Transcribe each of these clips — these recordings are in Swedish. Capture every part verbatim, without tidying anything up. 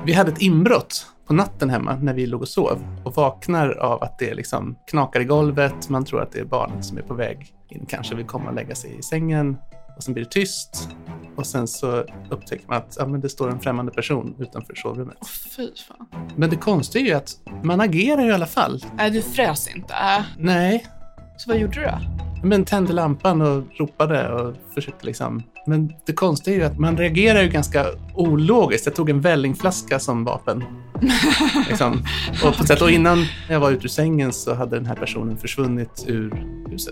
Vi hade ett inbrott på natten hemma när vi låg och sov och vaknar av att det liksom knakar i golvet. Man tror att det är barnen som är på väg in, kanske vill komma och lägga sig i sängen, och sen blir det tyst och sen så upptäcker man att ja, men det står en främmande person utanför sovrummet. Åh, fy fan. Men det konstiga är ju att man agerar ju i alla fall. Nej, du frös inte. Äh. Nej. Så vad gjorde du då? Men tände lampan och ropade och försökte liksom. Men det konstiga är ju att man reagerar ju ganska ologiskt. Jag tog en vällingflaska som vapen. liksom. Och på sätt och innan jag var ute ur sängen så hade den här personen försvunnit ur huset.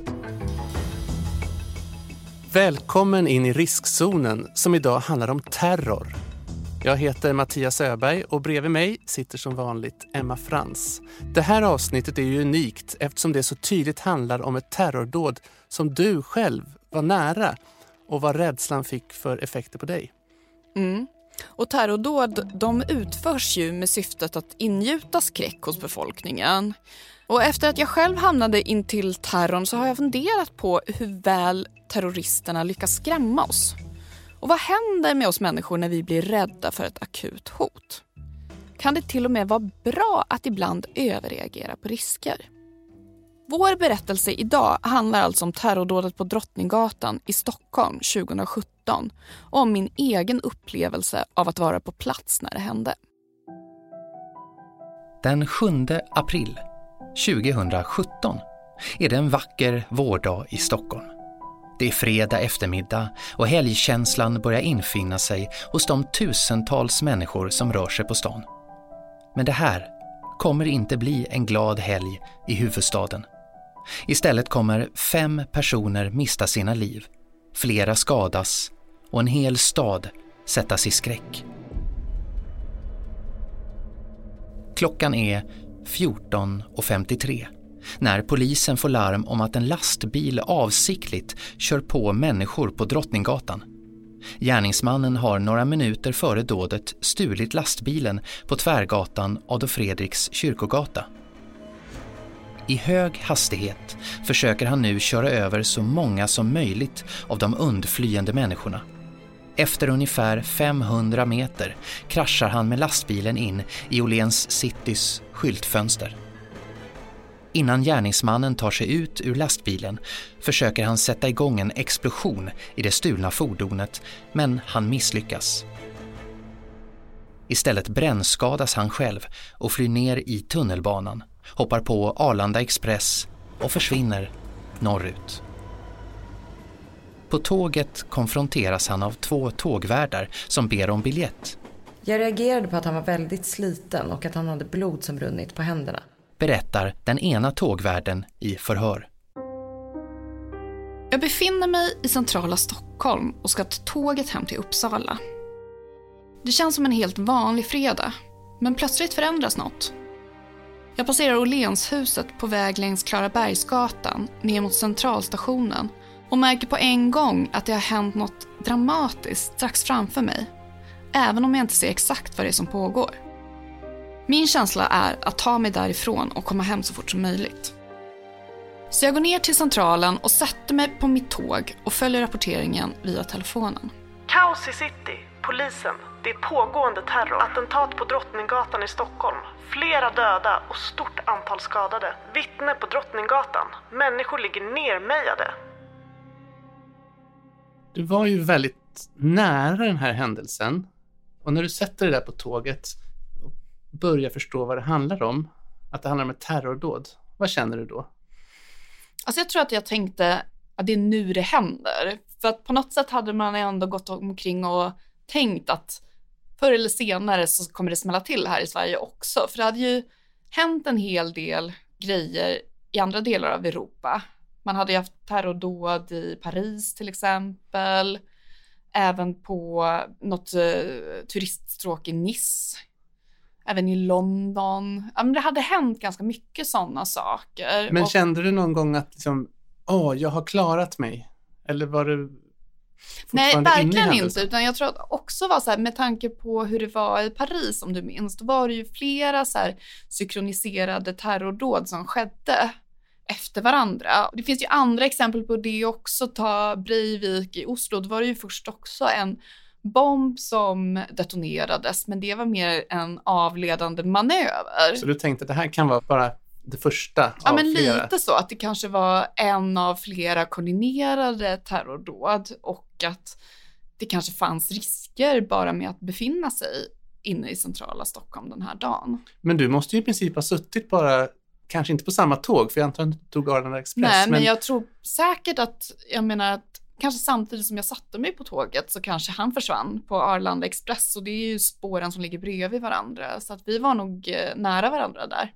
Välkommen in i riskzonen som idag handlar om terror. Jag heter Mattias Öberg och bredvid mig sitter som vanligt Emma Frans. Det här avsnittet är ju unikt eftersom det så tydligt handlar om ett terrordåd som du själv var nära och vad rädslan fick för effekter på dig. Mm. Och terrordåd, de utförs ju med syftet att ingjuta skräck hos befolkningen. Och efter att jag själv hamnade in till terrorn så har jag funderat på hur väl terroristerna lyckas skrämma oss. Och vad händer med oss människor när vi blir rädda för ett akut hot? Kan det till och med vara bra att ibland överreagera på risker? Vår berättelse idag handlar alltså om terrordådet på Drottninggatan i Stockholm tjugohundrasjutton och om min egen upplevelse av att vara på plats när det hände. Den sjunde april tjugohundrasjutton är det en vacker vårdag i Stockholm. Det är fredag eftermiddag och helgkänslan börjar infinna sig hos de tusentals människor som rör sig på stan. Men det här kommer inte bli en glad helg i huvudstaden. Istället kommer fem personer mista sina liv, flera skadas och en hel stad sättas i skräck. Klockan är fjorton femtiotre när polisen får larm om att en lastbil avsiktligt kör på människor på Drottninggatan. Gärningsmannen har några minuter före dådet stulit lastbilen på tvärgatan Adolf Fredriks kyrkogata. I hög hastighet försöker han nu köra över så många som möjligt av de undflyende människorna. Efter ungefär femhundra meter kraschar han med lastbilen in i Åhléns Citys skyltfönster. Innan gärningsmannen tar sig ut ur lastbilen försöker han sätta igång en explosion i det stulna fordonet, men han misslyckas. Istället brännskadas han själv och flyr ner i tunnelbanan, hoppar på Arlanda Express och försvinner norrut. På tåget konfronteras han av två tågvärdar som ber om biljett. Jag reagerade på att han var väldigt sliten och att han hade blod som runnit på händerna, berättar den ena tågvärden i förhör. Jag befinner mig i centrala Stockholm och ska ta tåget hem till Uppsala. Det känns som en helt vanlig fredag, men plötsligt förändras något. Jag passerar Åhlénshuset på väg längs Klarabergsgatan ner mot centralstationen och märker på en gång att det har hänt något dramatiskt strax framför mig, även om jag inte ser exakt vad det är som pågår. Min känsla är att ta mig därifrån och komma hem så fort som möjligt. Så jag går ner till centralen och sätter mig på mitt tåg och följer rapporteringen via telefonen. Kaos i city, polisen, det är pågående terror. Attentat på Drottninggatan i Stockholm. Flera döda och stort antal skadade. Vittne på Drottninggatan. Människor ligger nermejade. Du var ju väldigt nära den här händelsen. Och när du sätter dig där på tåget och börjar förstå vad det handlar om, att det handlar om ett terrordåd, vad känner du då? Alltså jag tror att jag tänkte att det är nu det händer. För att på något sätt hade man ändå gått omkring och tänkt att förr eller senare så kommer det smälla till här i Sverige också. För det hade ju hänt en hel del grejer i andra delar av Europa. Man hade ju haft terrordåd i Paris till exempel. Även på något uh, turiststråk i Nice. Även i London. Ja, men det hade hänt ganska mycket sådana saker. Men och... kände du någon gång att liksom, åh, jag har klarat mig? Eller var du Nej, verkligen inte. Utan jag tror att också var så här, med tanke på hur det var i Paris, om du minns, då var det ju flera så här synkroniserade terrordåd som skedde efter varandra. Det finns ju andra exempel på det också. Ta Breivik i Oslo. Då var det ju först också en bomb som detonerades, men det var mer en avledande manöver. Så du tänkte att det här kan vara bara det första av ja, men flera? Lite så, att det kanske var en av flera koordinerade terrordåd och att det kanske fanns risker bara med att befinna sig inne i centrala Stockholm den här dagen. Men du måste ju i princip ha suttit bara, kanske inte på samma tåg, för jag antar att du tog Arlanda Express. Nej, men, men jag tror säkert att, jag menar att kanske samtidigt som jag satte mig på tåget så kanske han försvann på Arlanda Express, och det är ju spåren som ligger bredvid varandra, så att vi var nog eh, nära varandra där.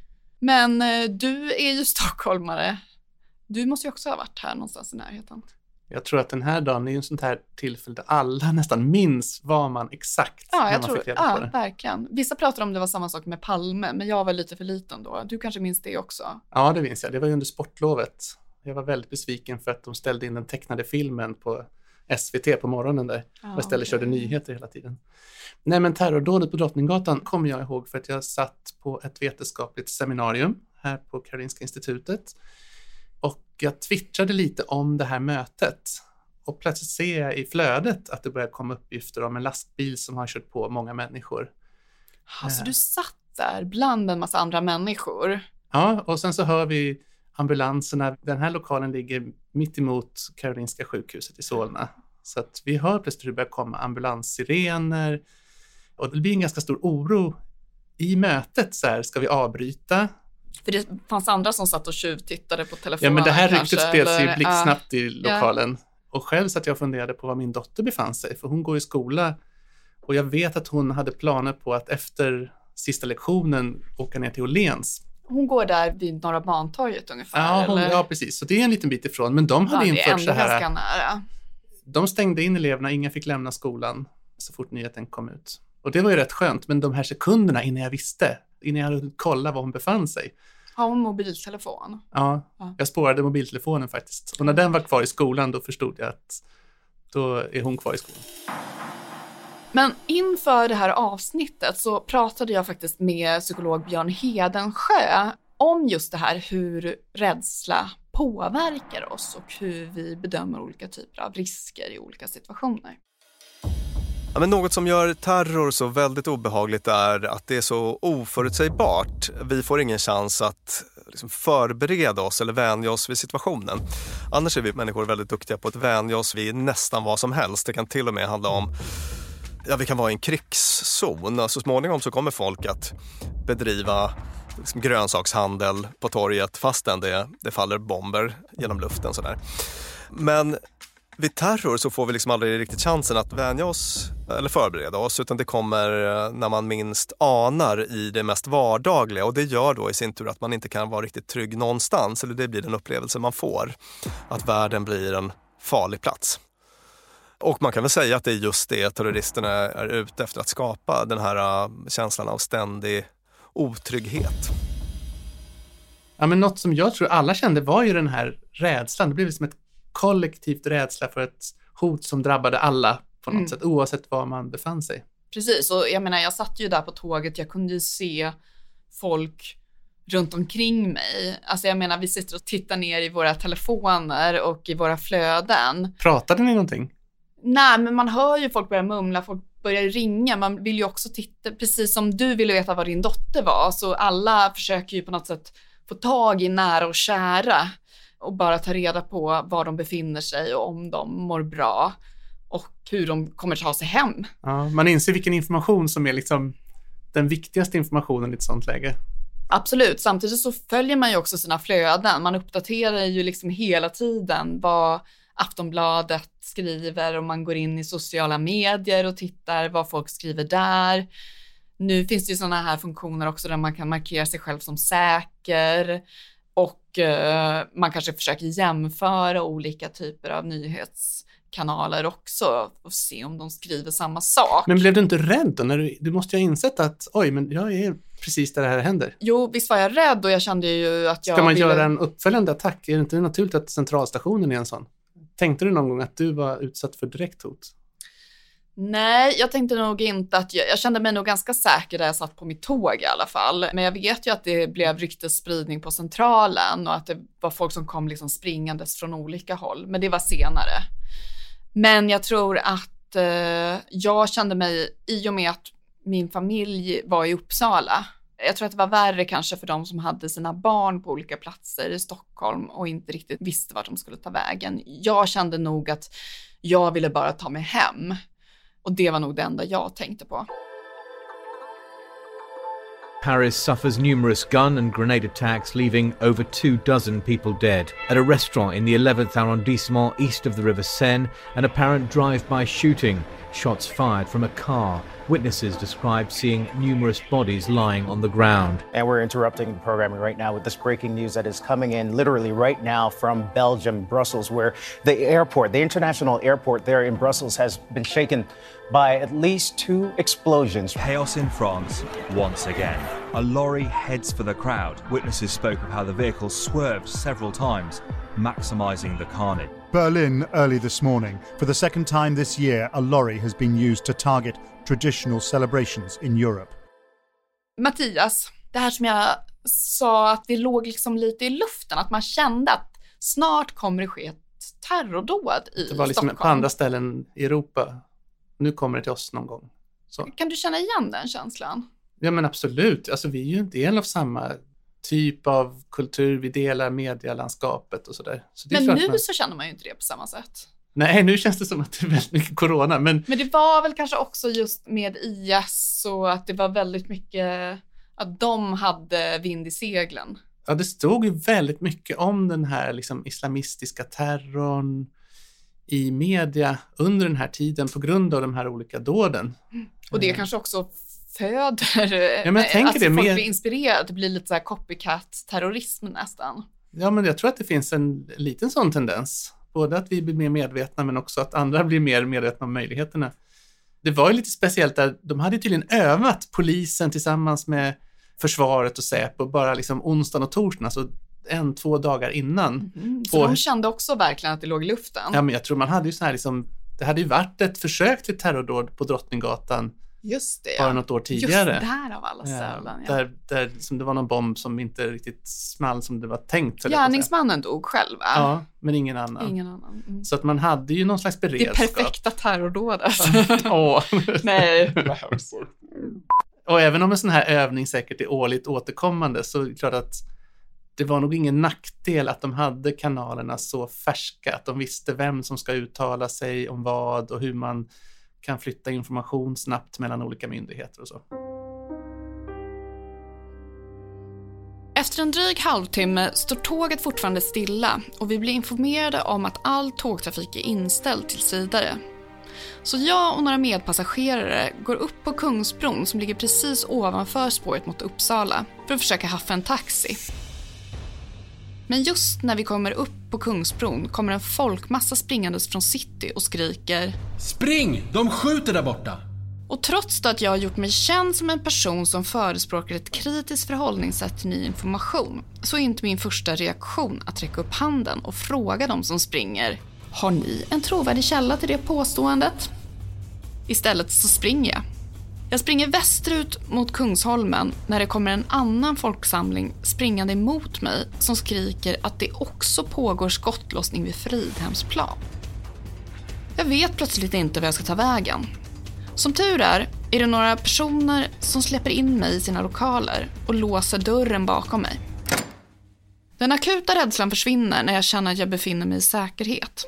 Men eh, du är ju stockholmare. Du måste ju också ha varit här någonstans i närheten. Jag tror att den här dagen är ju en sånt här tillfälle där alla nästan minns vad man exakt ja, när jag man tror, fick reda ja, på det. Verkligen. Vissa pratar om det var samma sak med Palme, men jag var lite för liten då. Du kanske minns det också? Ja, det minns jag. Det var ju under sportlovet. Jag var väldigt besviken för att de ställde in den tecknade filmen på S V T på morgonen där. Ja, och istället okay. körde nyheter hela tiden. Nej, men terrordådet på Drottninggatan kommer jag ihåg för att jag satt på ett vetenskapligt seminarium här på Karolinska institutet. Och jag twittrade lite om det här mötet. Och plötsligt ser jag i flödet att det börjar komma uppgifter om en lastbil som har kört på många människor. Alltså du satt där bland en massa andra människor? Ja, och sen så hör vi ambulanserna. Den här lokalen ligger mitt emot Karolinska sjukhuset i Solna. Så att vi hör plötsligt hur det börjar komma ambulanssirener. Och det blir en ganska stor oro i mötet. Så här, ska vi avbryta? För det fanns andra som satt och tjuvtittade på telefonen. Ja, men det här kanske, ryktet spreds ju eller, blixtsnabbt uh, i lokalen. Yeah. Och själv satt jag och funderade på var min dotter befann sig. För hon går i skola. Och jag vet att hon hade planer på att efter sista lektionen åka ner till Åhléns. Hon går där vid Norra Bantorget ungefär? Ja, hon, eller? ja, precis. Så det är en liten bit ifrån. Men de hade ja, infört så här. Ganska nära. De stängde in eleverna, ingen fick lämna skolan så fort nyheten kom ut. Och det var ju rätt skönt, men de här sekunderna innan jag visste, innan jag hade kollat var hon befann sig. Har hon mobiltelefon? Ja, ja, jag spårade mobiltelefonen faktiskt. Och när den var kvar i skolan, då förstod jag att då är hon kvar i skolan. Men inför det här avsnittet så pratade jag faktiskt med psykolog Björn Hedensjö om just det här hur rädsla påverkar oss och hur vi bedömer olika typer av risker i olika situationer. Ja, men något som gör terror så väldigt obehagligt är att det är så oförutsägbart. Vi får ingen chans att liksom förbereda oss eller vänja oss vid situationen. Annars är vi människor väldigt duktiga på att vänja oss vid nästan vad som helst. Det kan till och med handla om, ja, vi kan vara i en krigszon. Så småningom så kommer folk att bedriva liksom grönsakshandel på torget fastän det, det faller bomber genom luften. Sådär. Men vid terror så får vi liksom aldrig riktigt chansen att vänja oss eller förbereda oss, utan det kommer när man minst anar i det mest vardagliga, och det gör då i sin tur att man inte kan vara riktigt trygg någonstans, eller det blir den upplevelse man får, att världen blir en farlig plats. Och man kan väl säga att det är just det terroristerna är ute efter, att skapa den här känslan av ständig otrygghet. Ja, men något som jag tror alla kände var ju den här rädslan. Det blev som ett kollektivt rädsla för ett hot som drabbade alla på något mm. sätt, oavsett var man befann sig. Precis, och jag menar, jag satt ju där på tåget, jag kunde ju se folk runt omkring mig. Alltså jag menar, vi sitter och tittar ner i våra telefoner och i våra flöden. Pratade ni någonting? Nej, men man hör ju folk börja mumla, folk börjar ringa. Man vill ju också titta, precis som du ville veta vad din dotter var. Så alla försöker ju på något sätt få tag i nära och kära och bara ta reda på var de befinner sig och om de mår bra och hur de kommer ta sig hem. Ja, man inser vilken information som är liksom den viktigaste informationen i ett sånt läge. Absolut, samtidigt så följer man ju också sina flöden. Man uppdaterar ju liksom hela tiden vad Aftonbladet skriver, och man går in i sociala medier och tittar vad folk skriver där. Nu finns det ju sådana här funktioner också där man kan markera sig själv som säker, och eh, man kanske försöker jämföra olika typer av nyhetskanaler också och se om de skriver samma sak. Men blev du inte rädd då? När du, du måste ju ha insett att oj, men jag är precis där det här händer. Jo, visst var jag rädd, och jag kände ju att jag Ska man ville... göra en uppföljande attack? Är det inte naturligt att centralstationen är en sån? Tänkte du någon gång att du var utsatt för direkt hot? Nej, jag tänkte nog inte att jag, jag kände mig nog ganska säker där jag satt på mitt tåg i alla fall. Men jag vet ju att det blev ryktesspridning på centralen och att det var folk som kom liksom springandes från olika håll. Men det var senare. Men jag tror att att eh, jag kände mig, i och med att min familj var i Uppsala. Jag tror att det var värre kanske för de som hade sina barn på olika platser i Stockholm och inte riktigt visste vart de skulle ta vägen. Jag kände nog att jag ville bara ta mig hem. Och det var nog det enda jag tänkte på. Paris suffers numerous gun and grenade attacks, leaving over two dozen people dead. At a restaurant in the eleventh arrondissement east of the River Seine, an apparent drive-by shooting. Shots fired from a car. Witnesses described seeing numerous bodies lying on the ground. And we're interrupting the programming right now with this breaking news that is coming in literally right now from Belgium, Brussels, where the airport, the international airport there in Brussels has been shaken by at least two explosions. Chaos in France once again. A lorry heads for the crowd. Witnesses spoke of how the vehicle swerved several times, maximizing the carnage. Berlin early this morning. For the second time this year, a lorry has been used to target traditional celebrations in Europe. Mattias, det här som jag sa att det låg liksom lite i luften, att man kände att snart kommer det ske ett terrordåd i Stockholm. Det var liksom Stockholm. På andra ställen i Europa. Nu kommer det till oss någon gång. Så. Kan du känna igen den känslan? Ja men absolut. Alltså vi är ju en del av samma typ av kultur. Vi delar medielandskapet och sådär. Så det är men nu man... så känner man ju inte det på samma sätt. Nej, nu känns det som att det är väldigt mycket corona. Men, men det var väl kanske också just med I S och att det var väldigt mycket att de hade vind i seglen. Ja, det stod ju väldigt mycket om den här liksom islamistiska terrorn i media under den här tiden på grund av de här olika dåden. Mm. Och det kanske också föder ja, men jag tänker att det folk med... blir inspirerade, det blir lite så här copycat-terrorism nästan. Ja, men jag tror att det finns en liten sån tendens. Både att vi blir mer medvetna men också att andra blir mer medvetna om möjligheterna. Det var ju lite speciellt där de hade tydligen övat polisen tillsammans med försvaret och Säpo bara liksom onsdagen och torsdagen, alltså en, två dagar innan. Mm, så på... de kände också verkligen att det låg i luften? Ja, men jag tror man hade ju så här liksom, det hade ju varit ett försök till terrordåd på Drottninggatan. Just det, bara ja. något år tidigare. Just där av alla ställen. Ja, där där liksom det var någon bomb som inte riktigt small som det var tänkt. Gärningsmannen dog själv, va? Ja, men ingen annan. Ingen annan. Mm. Så att man hade ju någon slags beredskap. Det perfekta terrordådet. Åh. Nej. Och även om en sån här övning säkert är årligt återkommande så är det klart att det var nog ingen nackdel att de hade kanalerna så färska. Att de visste vem som ska uttala sig om vad och hur man kan flytta information snabbt mellan olika myndigheter och så. Efter en dryg halvtimme står tåget fortfarande stilla och vi blir informerade om att all tågtrafik är inställd tills vidare. Så jag och några medpassagerare går upp på Kungsbron som ligger precis ovanför spåret mot Uppsala för att försöka haffa en taxi. Men just när vi kommer upp på Kungsbron kommer en folkmassa springandes från city och skriker: Spring! De skjuter där borta! Och trots att jag har gjort mig känd som en person som förespråkar ett kritiskt förhållningssätt till ny information så är inte min första reaktion att räcka upp handen och fråga dem som springer: Har ni en trovärdig källa till det påståendet? Istället så springer jag. Jag springer västerut mot Kungsholmen när det kommer en annan folksamling springande emot mig som skriker att det också pågår skottlossning vid Fridhemsplan. Jag vet plötsligt inte var jag ska ta vägen. Som tur är är det några personer som släpper in mig i sina lokaler och låser dörren bakom mig. Den akuta rädslan försvinner när jag känner att jag befinner mig i säkerhet.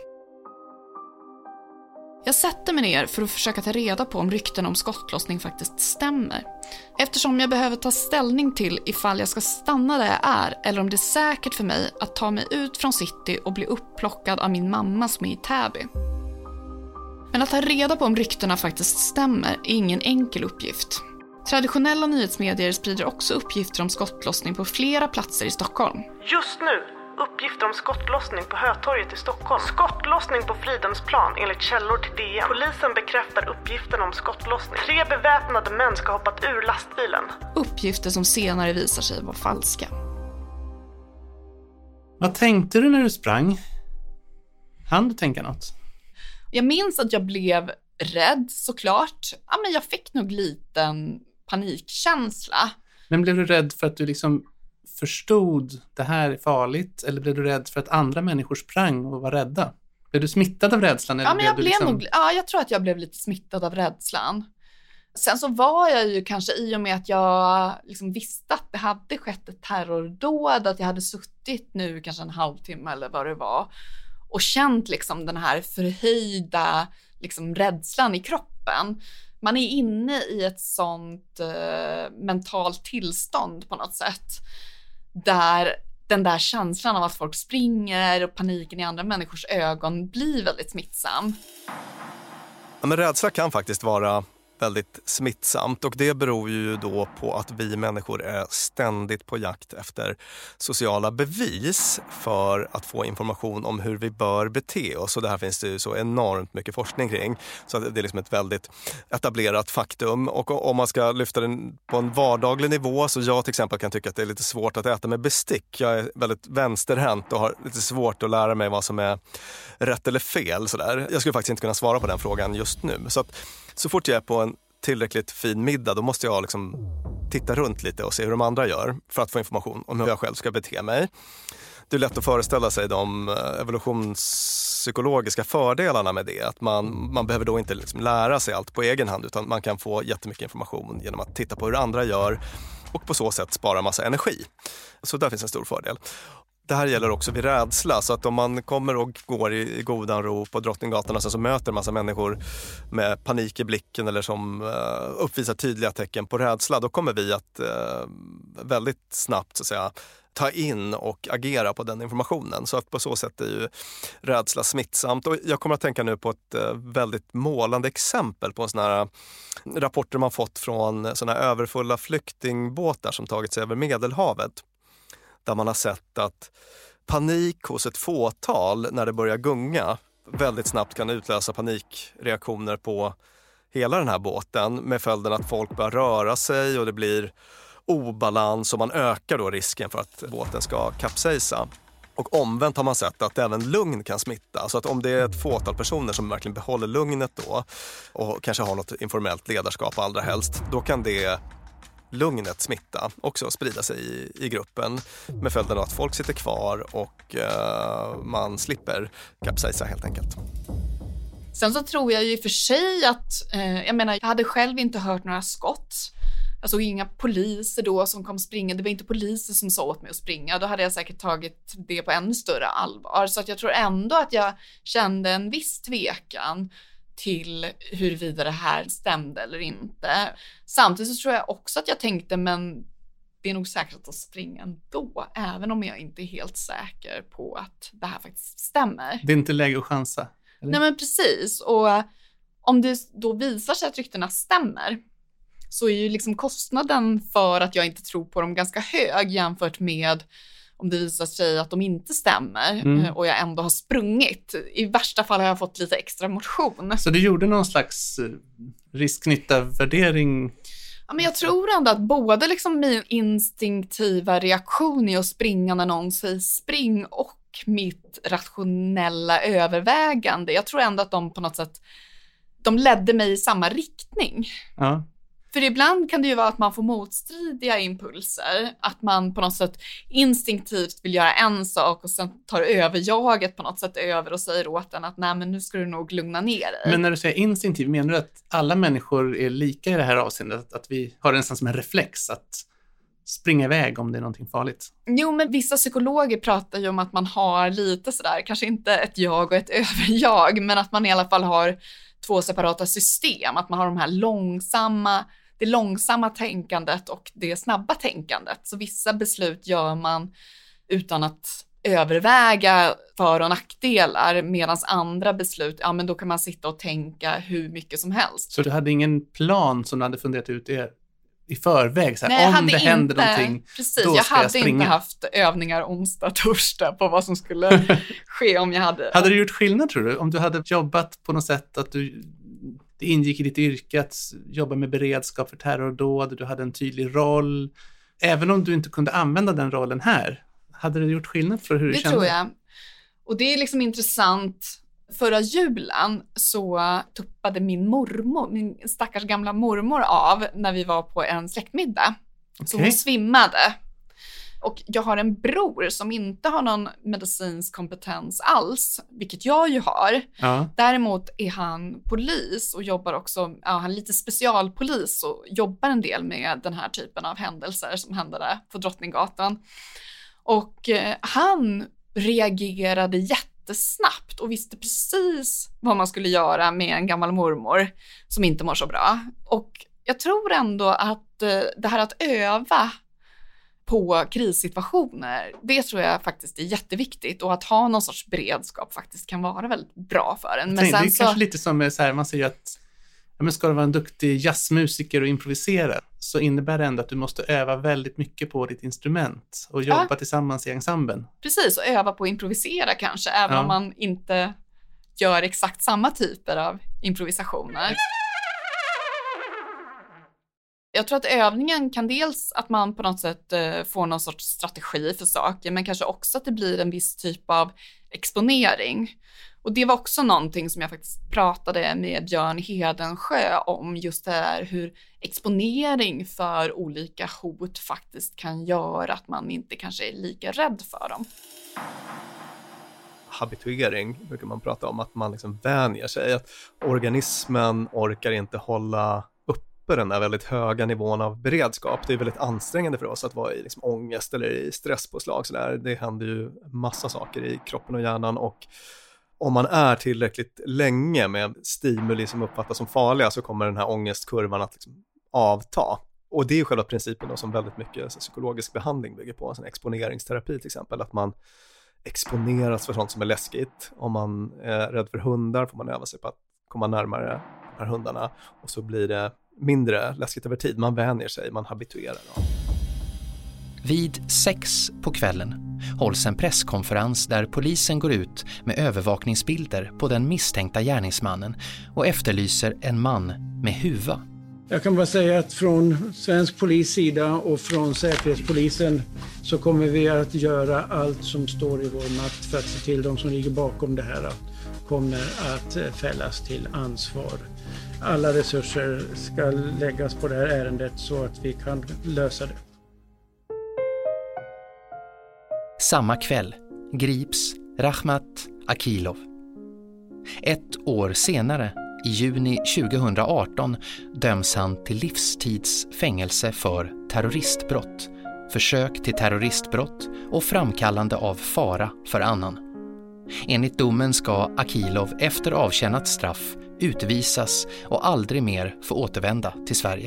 Jag sätter mig ner för att försöka ta reda på om rykten om skottlossning faktiskt stämmer. Eftersom jag behöver ta ställning till ifall jag ska stanna där jag är eller om det är säkert för mig att ta mig ut från city och bli upplockad av min mamma som är i Täby. Men att ta reda på om ryktena faktiskt stämmer är ingen enkel uppgift. Traditionella nyhetsmedier sprider också uppgifter om skottlossning på flera platser i Stockholm. Just nu, uppgifter om skottlossning på Hötorget i Stockholm. Skottlossning på Fridhemsplan enligt källor till D N. Polisen bekräftar uppgiften om skottlossning. Tre beväpnade män ska ha hoppat ur lastbilen. Uppgifter som senare visar sig vara falska. Vad tänkte du när du sprang? Hann du tänka något? Jag minns att jag blev rädd såklart. Ja, men jag fick nog liten panikkänsla. Men blev du rädd för att du liksom förstod det här är farligt? Eller blev du rädd för att andra människor sprang och var rädda? Blev du smittad av rädslan? Eller Ja, men jag, blev blev liksom... nog, ja, jag tror att jag blev lite smittad av rädslan. Sen så var jag ju kanske, i och med att jag liksom visste att det hade skett ett terrordåd, att jag hade suttit nu kanske en halvtimme eller vad det var och känt liksom den här förhöjda liksom rädslan i kroppen. Man är inne i ett sånt eh, mentalt tillstånd på något sätt, där den där känslan av att folk springer och paniken i andra människors ögon blir väldigt smittsam. Ja, men rädsla kan faktiskt vara väldigt smittsamt, och det beror ju då på att vi människor är ständigt på jakt efter sociala bevis för att få information om hur vi bör bete oss. Och det här finns det ju så enormt mycket forskning kring, så det är liksom ett väldigt etablerat faktum. Och om man ska lyfta den på en vardaglig nivå, så jag till exempel kan tycka att det är lite svårt att äta med bestick. Jag är väldigt vänsterhänt och har lite svårt att lära mig vad som är rätt eller fel. Sådär. Jag skulle faktiskt inte kunna svara på den frågan just nu. Så att så fort jag är på en tillräckligt fin middag, då måste jag liksom titta runt lite och se hur de andra gör för att få information om hur jag själv ska bete mig. Det är lätt att föreställa sig de evolutionspsykologiska fördelarna med det. Att man, man behöver då inte liksom lära sig allt på egen hand, utan man kan få jättemycket information genom att titta på hur andra gör och på så sätt spara massa energi. Så där finns en stor fördel. Det här gäller också vid rädsla, så att om man kommer och går i, i godan ro på Drottninggatan och sen så möter en massa människor med panik i blicken eller som uh, uppvisar tydliga tecken på rädsla, då kommer vi att uh, väldigt snabbt så att säga ta in och agera på den informationen. Så att på så sätt är ju rädsla smittsamt. Och jag kommer att tänka nu på ett uh, väldigt målande exempel på såna här rapporter man fått från såna här överfulla flyktingbåtar som tagit sig över Medelhavet. Där man har sett att panik hos ett fåtal när det börjar gunga väldigt snabbt kan utlösa panikreaktioner på hela den här båten, med följden att folk börjar röra sig och det blir obalans och man ökar då risken för att båten ska kapsejsa. Och omvänt har man sett att även lugn kan smitta. Så att om det är ett fåtal personer som verkligen behåller lugnet då och kanske har något informellt ledarskap allra helst, då kan det lugnet smitta, också sprida sig i, i gruppen, med följden att folk sitter kvar och uh, man slipper kapsejsa helt enkelt. Sen så tror jag ju i och för sig att, eh, jag menar, jag hade själv inte hört några skott. Jag såg inga poliser då som kom springa. Det var inte poliser som sa åt mig att springa. Då hade jag säkert tagit det på ännu större allvar. Så att jag tror ändå att jag kände en viss tvekan till huruvida det här stämde eller inte. Samtidigt så tror jag också att jag tänkte, men det är nog säkert att springa ändå, även om jag inte är helt säker på att det här faktiskt stämmer. Det är inte läge att chansa? Eller? Nej, men precis. Och om det då visar sig att ryktena stämmer, så är ju liksom kostnaden för att jag inte tror på dem ganska hög jämfört med om det visar sig att de inte stämmer mm. och jag ändå har sprungit. I värsta fall har jag fått lite extra motion. Så du gjorde någon slags risk-nytta-värdering? Ja, men jag tror ändå att både liksom min instinktiva reaktion i att springa när någon säger spring och mitt rationella övervägande, jag tror ändå att de på något sätt, de ledde mig i samma riktning. Ja. För ibland kan det ju vara att man får motstridiga impulser. Att man på något sätt instinktivt vill göra en sak och sen tar överjaget på något sätt över och säger åt den att nej, men nu ska du nog lugna ner dig. Men när du säger instinktivt, menar du att alla människor är lika i det här avseendet? Att, att vi har nästan som en reflex att springa iväg om det är någonting farligt? Jo, men vissa psykologer pratar ju om att man har lite sådär, kanske inte ett jag och ett överjag, men att man i alla fall har två separata system. Att man har de här långsamma, det långsamma tänkandet och det snabba tänkandet. Så vissa beslut gör man utan att överväga för- och nackdelar, medan andra beslut, ja men då kan man sitta och tänka hur mycket som helst. Så du hade ingen plan som du hade funderat ut i, i förväg? Så här, Nej, om hade det inte, händer någonting, precis, då jag ska hade jag springa. inte haft övningar onsdag, torsdag på vad som skulle ske om jag hade... Hade du gjort skillnad, tror du? Om du hade jobbat på något sätt, att du... det ingick i ditt yrke att jobba med beredskap för terrordåd, du hade en tydlig roll. Även om du inte kunde använda den rollen här, hade det gjort skillnad för hur du det kände? Det tror jag. Och det är liksom intressant. Förra julen så tuppade min mormor, min stackars gamla mormor av när vi var på en släktmiddag. Så okay. hon svimmade. Och jag har en bror som inte har någon medicinsk kompetens alls, vilket jag ju har. Ja. Däremot är han polis och jobbar också, ja, han är lite specialpolis och jobbar en del med den här typen av händelser som hände där på Drottninggatan. Och eh, han reagerade jättesnabbt och visste precis vad man skulle göra med en gammal mormor som inte mår så bra. Och jag tror ändå att eh, det här att öva på krissituationer, det tror jag faktiskt är jätteviktigt, och att ha någon sorts beredskap faktiskt kan vara väldigt bra för en. Men Tänk, sen det är så... kanske lite som så här, man säger att ja, men ska du vara en duktig jazzmusiker och improvisera, så innebär det ändå att du måste öva väldigt mycket på ditt instrument och jobba ja. tillsammans i ensemblen. Precis, och öva på att improvisera kanske, även ja. om man inte gör exakt samma typer av improvisationer. Jag tror att övningen kan dels att man på något sätt eh, får någon sorts strategi för saker, men kanske också att det blir en viss typ av exponering. Och det var också någonting som jag faktiskt pratade med Björn Hedensjö om, just det här hur exponering för olika hot faktiskt kan göra att man inte kanske är lika rädd för dem. Habituering brukar man prata om, att man liksom vänjer sig, att organismen orkar inte hålla uppe den där väldigt höga nivån av beredskap. Det är väldigt ansträngande för oss att vara i liksom ångest eller i stresspåslag. Så där. Det händer ju massa saker i kroppen och hjärnan, och om man är tillräckligt länge med stimuli som uppfattas som farliga, så kommer den här ångestkurvan att liksom avta. Och det är själva principen då som väldigt mycket alltså, psykologisk behandling bygger på, en exponeringsterapi till exempel, att man exponeras för sånt som är läskigt. Om man är rädd för hundar får man öva sig på att komma närmare de här hundarna, och så blir det mindre läskigt över tid. Man vänjer sig, man habituerar. Då. Vid sex på kvällen hålls en presskonferens där polisen går ut med övervakningsbilder på den misstänkta gärningsmannen och efterlyser en man med huva. Jag kan bara säga att från svensk polis sida och från säkerhetspolisen så kommer vi att göra allt som står i vår makt för att se till de som ligger bakom det här kommer att fällas till ansvar. Alla resurser ska läggas på det här ärendet så att vi kan lösa det. Samma kväll grips Rakhmat Akilov. Ett år senare, i juni tjugohundraarton, döms han till livstids fängelse för terroristbrott, försök till terroristbrott och framkallande av fara för annan. Enligt domen ska Akilov efter avtjänat straff utvisas och aldrig mer få återvända till Sverige.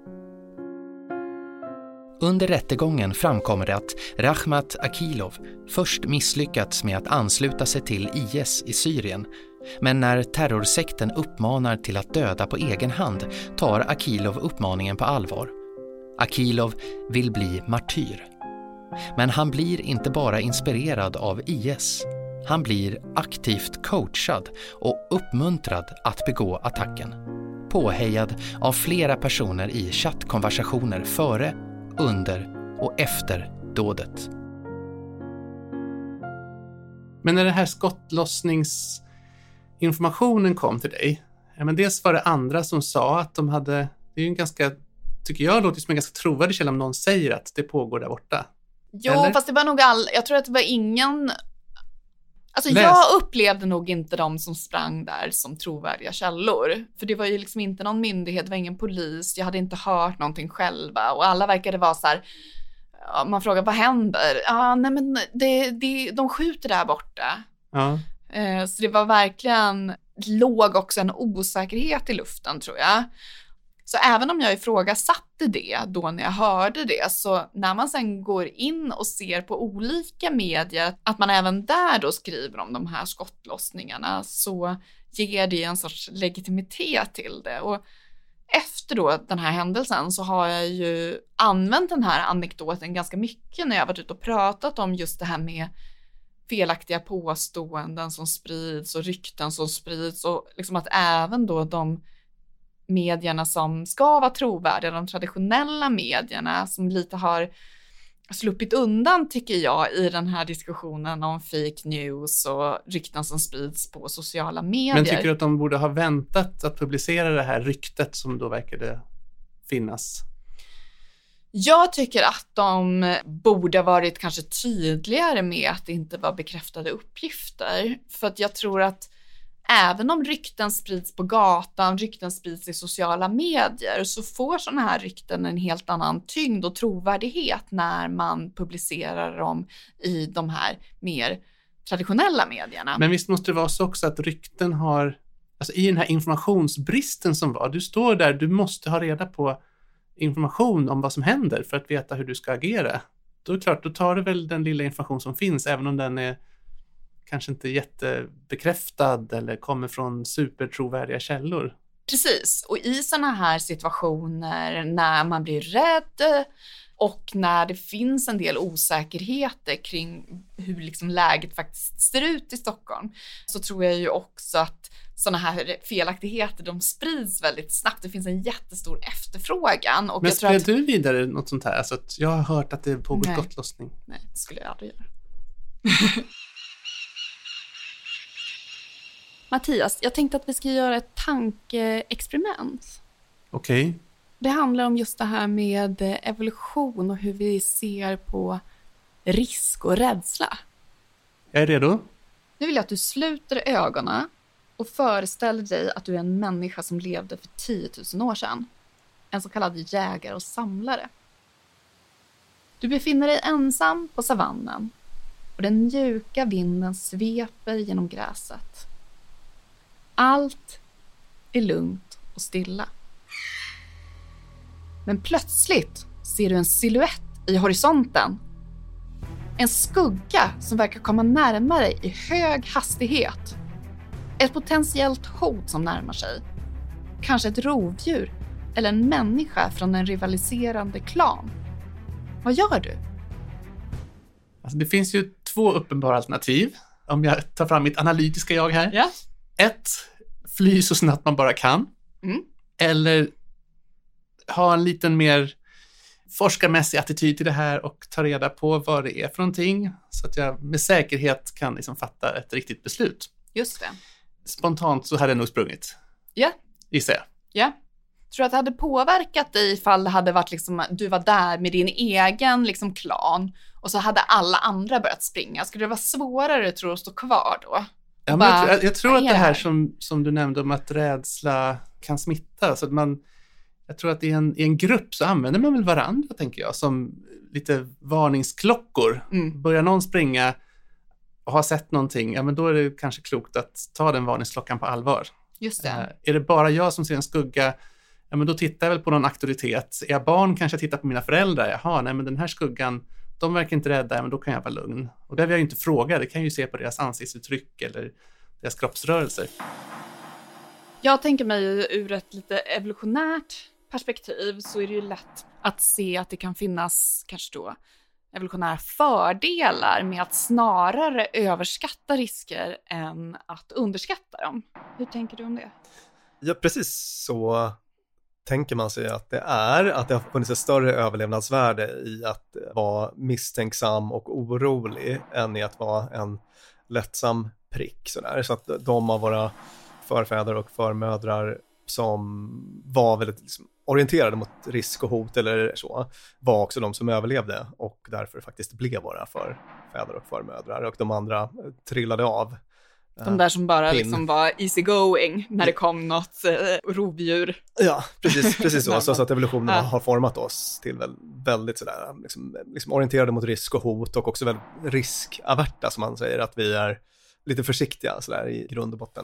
Under rättegången framkommer det att Rakhmat Akilov först misslyckats med att ansluta sig till I S i Syrien, men när terrorsekten uppmanar till att döda på egen hand tar Akilov uppmaningen på allvar. Akilov vill bli martyr. Men han blir inte bara inspirerad av I S. Han blir aktivt coachad och uppmuntrad att begå attacken. Påhejad av flera personer i chattkonversationer före, under och efter dådet. Men när det här skottlossningsinformationen kom till dig, ja, men dels var det andra som sa att de hade, det är ju en ganska, tycker jag låter som en ganska trovärdig källa om någon säger att det pågår där borta. Jo, eller? Fast det var nog all, jag tror att det var ingen, alltså Läs. jag upplevde nog inte de som sprang där som trovärdiga källor. För det var ju liksom inte någon myndighet, det var ingen polis, jag hade inte hört någonting själva. Och alla verkade vara så här, man frågar vad händer? Ja, nej men det, det, de skjuter där borta. Ja. Eh, så det var verkligen, låg också en osäkerhet i luften tror jag. Så även om jag ifrågasatte det då när jag hörde det, så när man sen går in och ser på olika medier att man även där då skriver om de här skottlossningarna, så ger det en sorts legitimitet till det. Och efter då den här händelsen så har jag ju använt den här anekdoten ganska mycket när jag varit ute och pratat om just det här med felaktiga påståenden som sprids och rykten som sprids, och liksom att även då de medierna som ska vara trovärdiga, de traditionella medierna som lite har sluppit undan tycker jag i den här diskussionen om fake news och rykten som sprids på sociala medier. Men tycker du att de borde ha väntat att publicera det här ryktet som då verkade finnas? Jag tycker att de borde ha varit kanske tydligare med att det inte var bekräftade uppgifter. För att jag tror att även om rykten sprids på gatan, rykten sprids i sociala medier, så får sådana här rykten en helt annan tyngd och trovärdighet när man publicerar dem i de här mer traditionella medierna. Men visst måste det vara så också att rykten har, alltså i den här informationsbristen som var, du står där, du måste ha reda på information om vad som händer för att veta hur du ska agera. Då är det klart, då tar du väl den lilla information som finns, även om den är kanske inte jättebekräftad eller kommer från supertrovärdiga källor. Precis, och i sådana här situationer när man blir rädd och när det finns en del osäkerheter kring hur liksom läget faktiskt ser ut i Stockholm, så tror jag ju också att sådana här felaktigheter, de sprids väldigt snabbt. Det finns en jättestor efterfrågan. Och Men jag tror spred att... du vidare något sånt här? Alltså att jag har hört att det pågår Nej. skottlossning. Nej, det skulle jag aldrig göra. Mattias, jag tänkte att vi ska göra ett tankeexperiment. Okej. Okay. Det handlar om just det här med evolution och hur vi ser på risk och rädsla. Jag är redo. Nu vill jag att du sluter ögonen och föreställer dig att du är en människa som levde för tio tusen år sedan. En så kallad jägare och samlare. Du befinner dig ensam på savannen och den mjuka vinden sveper genom gräset. Allt är lugnt och stilla. Men plötsligt ser du en silhuett i horisonten. En skugga som verkar komma närmare i hög hastighet. Ett potentiellt hot som närmar sig. Kanske ett rovdjur eller en människa från en rivaliserande klan. Vad gör du? Alltså det finns ju två uppenbara alternativ. Om jag tar fram mitt analytiska jag här. Ja. Ett, fly så snabbt man bara kan. Mm. Eller ha en liten mer forskarmässig attityd till det här och ta reda på vad det är för någonting. Så att jag med säkerhet kan liksom fatta ett riktigt beslut. Just det. Spontant så hade jag nog sprungit. Ja. Gissar jag. Ja. Tror du att det hade påverkat dig ifall det hade varit liksom, du var där med din egen liksom klan och så hade alla andra börjat springa? Skulle det vara svårare, tror du, att stå kvar då? Ja, men jag, jag, jag tror att det här som, som du nämnde om att rädsla kan smitta. Så att man, jag tror att i en, i en grupp så använder man väl varandra, tänker jag, som lite varningsklockor. Mm. Börjar någon springa och har sett någonting, ja men då är det kanske klokt att ta den varningsklockan på allvar. Just det. Uh, är det bara jag som ser en skugga, ja men då tittar jag väl på någon auktoritet. Är jag barn kanske jag tittar på mina föräldrar. Jaha, nej men den här skuggan, de verkar inte rädda, men då kan jag vara lugn. Och det vill jag ju inte fråga, det kan jag ju se på deras ansiktsuttryck eller deras kroppsrörelser. Jag tänker mig ur ett lite evolutionärt perspektiv så är det ju lätt att se att det kan finnas kanske då evolutionära fördelar med att snarare överskatta risker än att underskatta dem. Hur tänker du om det? Ja, precis så tänker man sig att det är, att det har funnits ett större överlevnadsvärde i att vara misstänksam och orolig än i att vara en lättsam prick. Sådär. Så att de av våra förfäder och förmödrar som var väldigt liksom orienterade mot risk och hot eller så, var också de som överlevde och därför faktiskt blev våra förfäder och förmödrar, och de andra trillade av. De där som bara liksom var easy going när det kom något eh, rovdjur. Ja, precis, precis så. Så att evolutionen ja. har format oss till väl, väldigt sådär, liksom, liksom orienterade mot risk och hot och också väldigt riskaverta, som man säger, att vi är lite försiktiga sådär i grund och botten.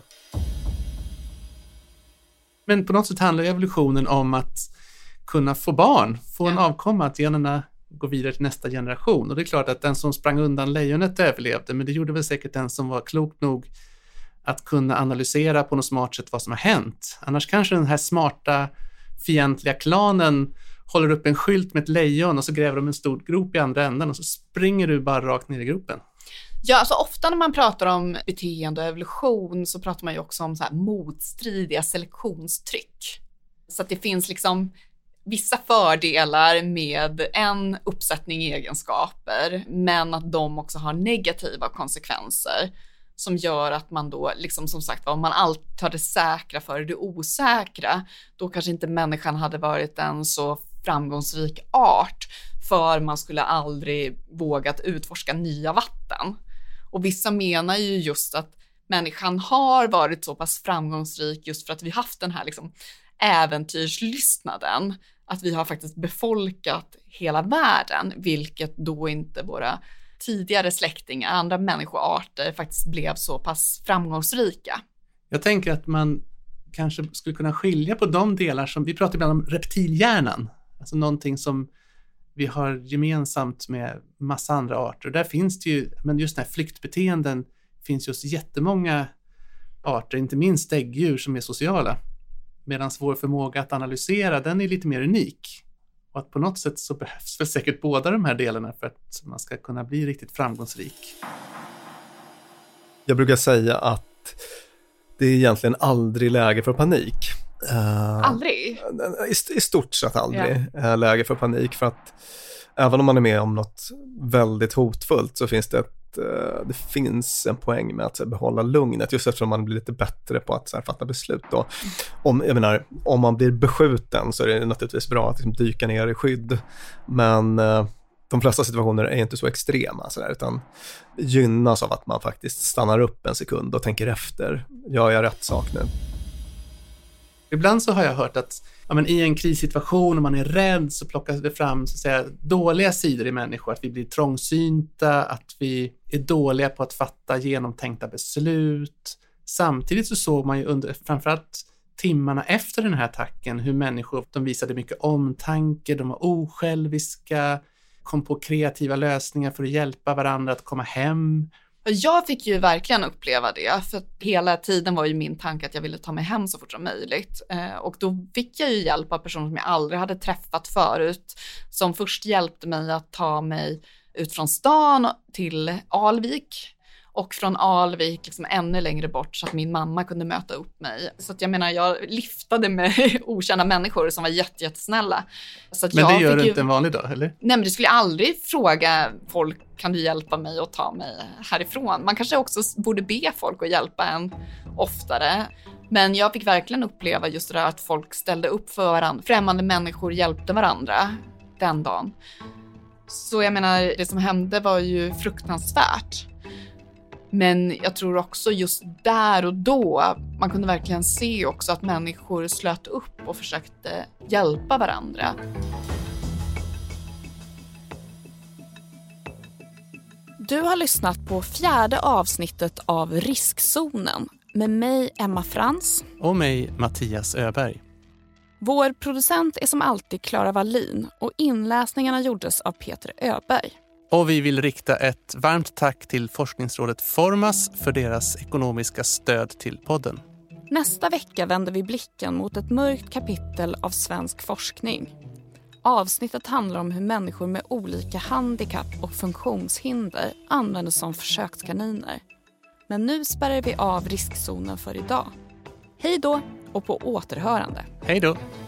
Men på något sätt handlar evolutionen om att kunna få barn, få en avkomma, att generna går vidare till nästa generation. Och det är klart att den som sprang undan lejonet överlevde, men det gjorde väl säkert den som var klok nog att kunna analysera på något smart sätt vad som har hänt. Annars kanske den här smarta fientliga klanen håller upp en skylt med ett lejon och så gräver de en stor grop i andra änden och så springer du bara rakt ner i gropen. Ja, alltså ofta när man pratar om beteende och evolution så pratar man ju också om så här motstridiga selektionstryck. Så att det finns liksom vissa fördelar med en uppsättning egenskaper, men att de också har negativa konsekvenser som gör att man då, liksom som sagt, om man alltid tar det säkra för det osäkra, då kanske inte människan hade varit en så framgångsrik art, för man skulle aldrig vågat utforska nya vatten. Och vissa menar ju just att människan har varit så pass framgångsrik just för att vi haft den här liksom äventyrslystnaden, att vi har faktiskt befolkat hela världen, vilket då inte våra tidigare släktingar, andra människoarter, faktiskt blev så pass framgångsrika. Jag tänker att man kanske skulle kunna skilja på de delar som, vi pratar ibland om reptilhjärnan, alltså någonting som vi har gemensamt med massa andra arter. Där finns det ju, men just den här flyktbeteenden finns just jättemånga arter, inte minst däggdjur som är sociala. Medan vår förmåga att analysera, den är lite mer unik. Och att på något sätt så behövs väl säkert båda de här delarna för att man ska kunna bli riktigt framgångsrik. Jag brukar säga att det är egentligen aldrig läge för panik. Uh, aldrig? I, I stort sett aldrig yeah. läge för panik, för att även om man är med om något väldigt hotfullt så finns det ett, uh, det finns en poäng med att här, behålla lugnet, just eftersom man blir lite bättre på att så här, fatta beslut då. Om, jag menar, om man blir beskjuten så är det naturligtvis bra att liksom, dyka ner i skydd, men uh, de flesta situationer är inte så extrema så där, utan gynnas av att man faktiskt stannar upp en sekund och tänker efter, gör jag rätt sak nu? Ibland så har jag hört att ja, men i en krissituation, om man är rädd, så plockas det fram så att säga, dåliga sidor i människor. Att vi blir trångsynta, att vi är dåliga på att fatta genomtänkta beslut. Samtidigt så såg man ju under framförallt timmarna efter den här attacken hur människor, de visade mycket omtanke, de var osjälviska, kom på kreativa lösningar för att hjälpa varandra att komma hem. Jag fick ju verkligen uppleva det, för hela tiden var ju min tanke att jag ville ta mig hem så fort som möjligt. Och då fick jag ju hjälp av personer som jag aldrig hade träffat förut, som först hjälpte mig att ta mig ut från stan till Alvik. Och från Alvik liksom ännu längre bort så att min mamma kunde möta upp mig. Så att jag menar, jag liftade med okända människor som var jätte, jättesnälla. Så att men det jag gör du ju... inte en vanlig dag, eller? Nej, men du skulle aldrig fråga folk, kan du hjälpa mig att ta mig härifrån? Man kanske också borde be folk att hjälpa en oftare. Men jag fick verkligen uppleva just det där att folk ställde upp för varandra. Främmande människor hjälpte varandra den dagen. Så jag menar, det som hände var ju fruktansvärt. Men jag tror också just där och då, man kunde verkligen se också att människor slöt upp och försökte hjälpa varandra. Du har lyssnat på fjärde avsnittet av Riskzonen med mig, Emma Frans. Och mig, Mattias Öberg. Vår producent är som alltid Clara Wallin och inläsningarna gjordes av Peter Öberg. Och vi vill rikta ett varmt tack till forskningsrådet Formas för deras ekonomiska stöd till podden. Nästa vecka vänder vi blicken mot ett mörkt kapitel av svensk forskning. Avsnittet handlar om hur människor med olika handikapp och funktionshinder används som försökskaniner. Men nu spärrar vi av riskzonen för idag. Hej då och på återhörande. Hej då!